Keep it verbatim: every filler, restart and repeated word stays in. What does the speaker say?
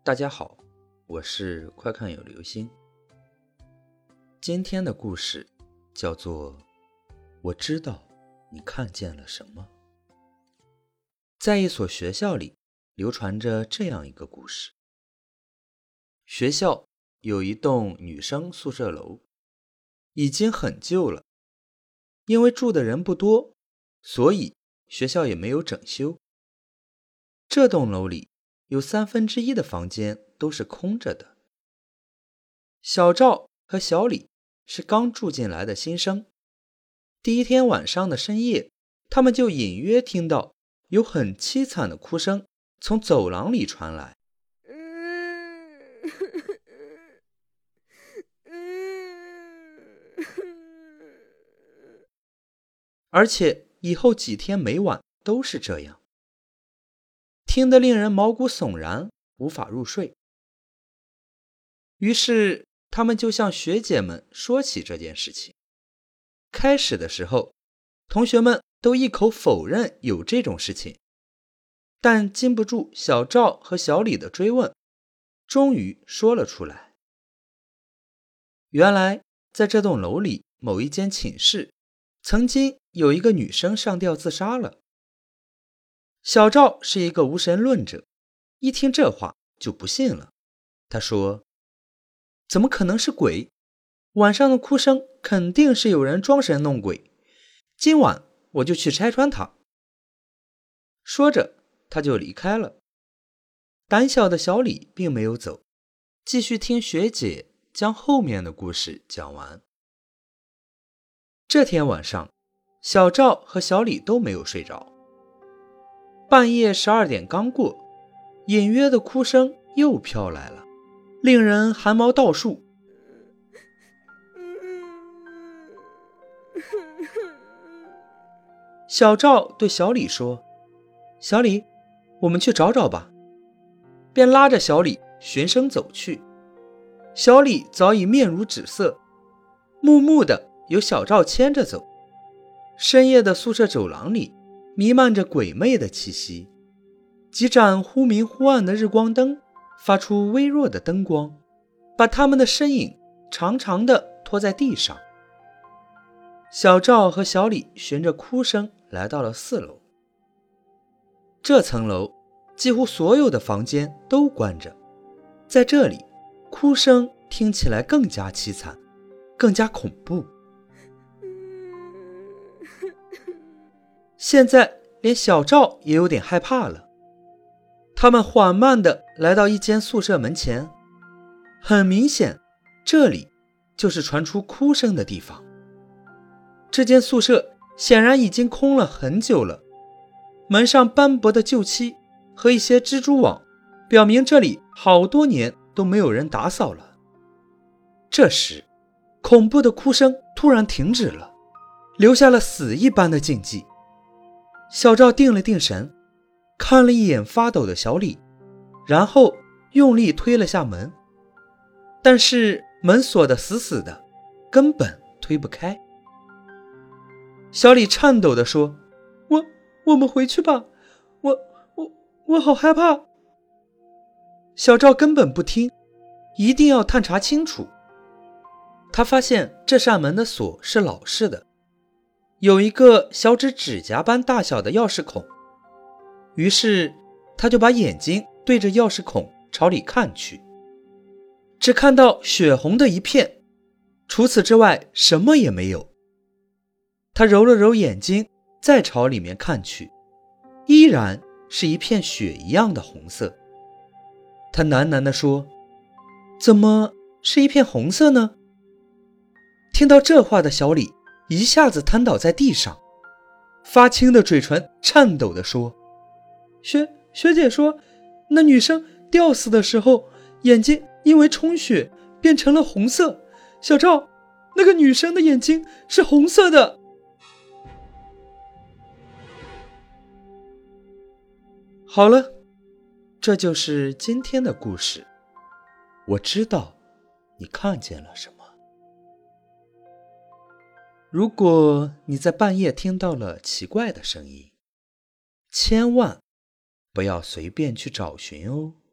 大家好，我是快看有流星。今天的故事叫做我知道你看见了什么。在一所学校里流传着这样一个故事。学校有一栋女生宿舍楼，已经很旧了，因为住的人不多，所以学校也没有整修。这栋楼里有三分之一的房间都是空着的。小赵和小李是刚住进来的新生，第一天晚上的深夜，他们就隐约听到有很凄惨的哭声从走廊里传来。而且以后几天每晚都是这样，听得令人毛骨悚然，无法入睡。于是他们就向学姐们说起这件事情。开始的时候，同学们都一口否认有这种事情，但禁不住小赵和小李的追问，终于说了出来。原来在这栋楼里某一间寝室，曾经有一个女生上吊自杀了。小赵是一个无神论者，一听这话就不信了。他说，怎么可能是鬼？晚上的哭声肯定是有人装神弄鬼，今晚我就去拆穿他。说着他就离开了。胆小的小李并没有走，继续听学姐将后面的故事讲完。这天晚上，小赵和小李都没有睡着。半夜十二点刚过，隐约的哭声又飘来了，令人寒毛倒竖。小赵对小李说，小李，我们去找找吧，便拉着小李循声走去。小李早已面如纸色，木木的由小赵牵着走。深夜的宿舍走廊里弥漫着鬼魅的气息，几盏忽明忽暗的日光灯发出微弱的灯光，把他们的身影长长的拖在地上。小赵和小李循着哭声来到了四楼。这层楼几乎所有的房间都关着，在这里哭声听起来更加凄惨，更加恐怖。现在连小赵也有点害怕了。他们缓慢地来到一间宿舍门前，很明显，这里就是传出哭声的地方。这间宿舍显然已经空了很久了，门上斑驳的旧漆和一些蜘蛛网表明这里好多年都没有人打扫了。这时，恐怖的哭声突然停止了，留下了死一般的静寂。小赵定了定神，看了一眼发抖的小李，然后用力推了下门，但是门锁得死死的，根本推不开。小李颤抖地说，我我们回去吧，我我我好害怕。小赵根本不听，一定要探查清楚。他发现这扇门的锁是老式的，有一个小指指甲般大小的钥匙孔，于是他就把眼睛对着钥匙孔朝里看去，只看到血红的一片，除此之外什么也没有。他揉了揉眼睛，再朝里面看去，依然是一片血一样的红色。他喃喃地说，怎么是一片红色呢？听到这话的小李一下子瘫倒在地上，发青的嘴唇颤抖地说，学学姐说，那女生吊死的时候，眼睛因为充血变成了红色。小赵，那个女生的眼睛是红色的。好了，这就是今天的故事。我知道你看见了什么。如果你在半夜听到了奇怪的声音，千万不要随便去找寻哦。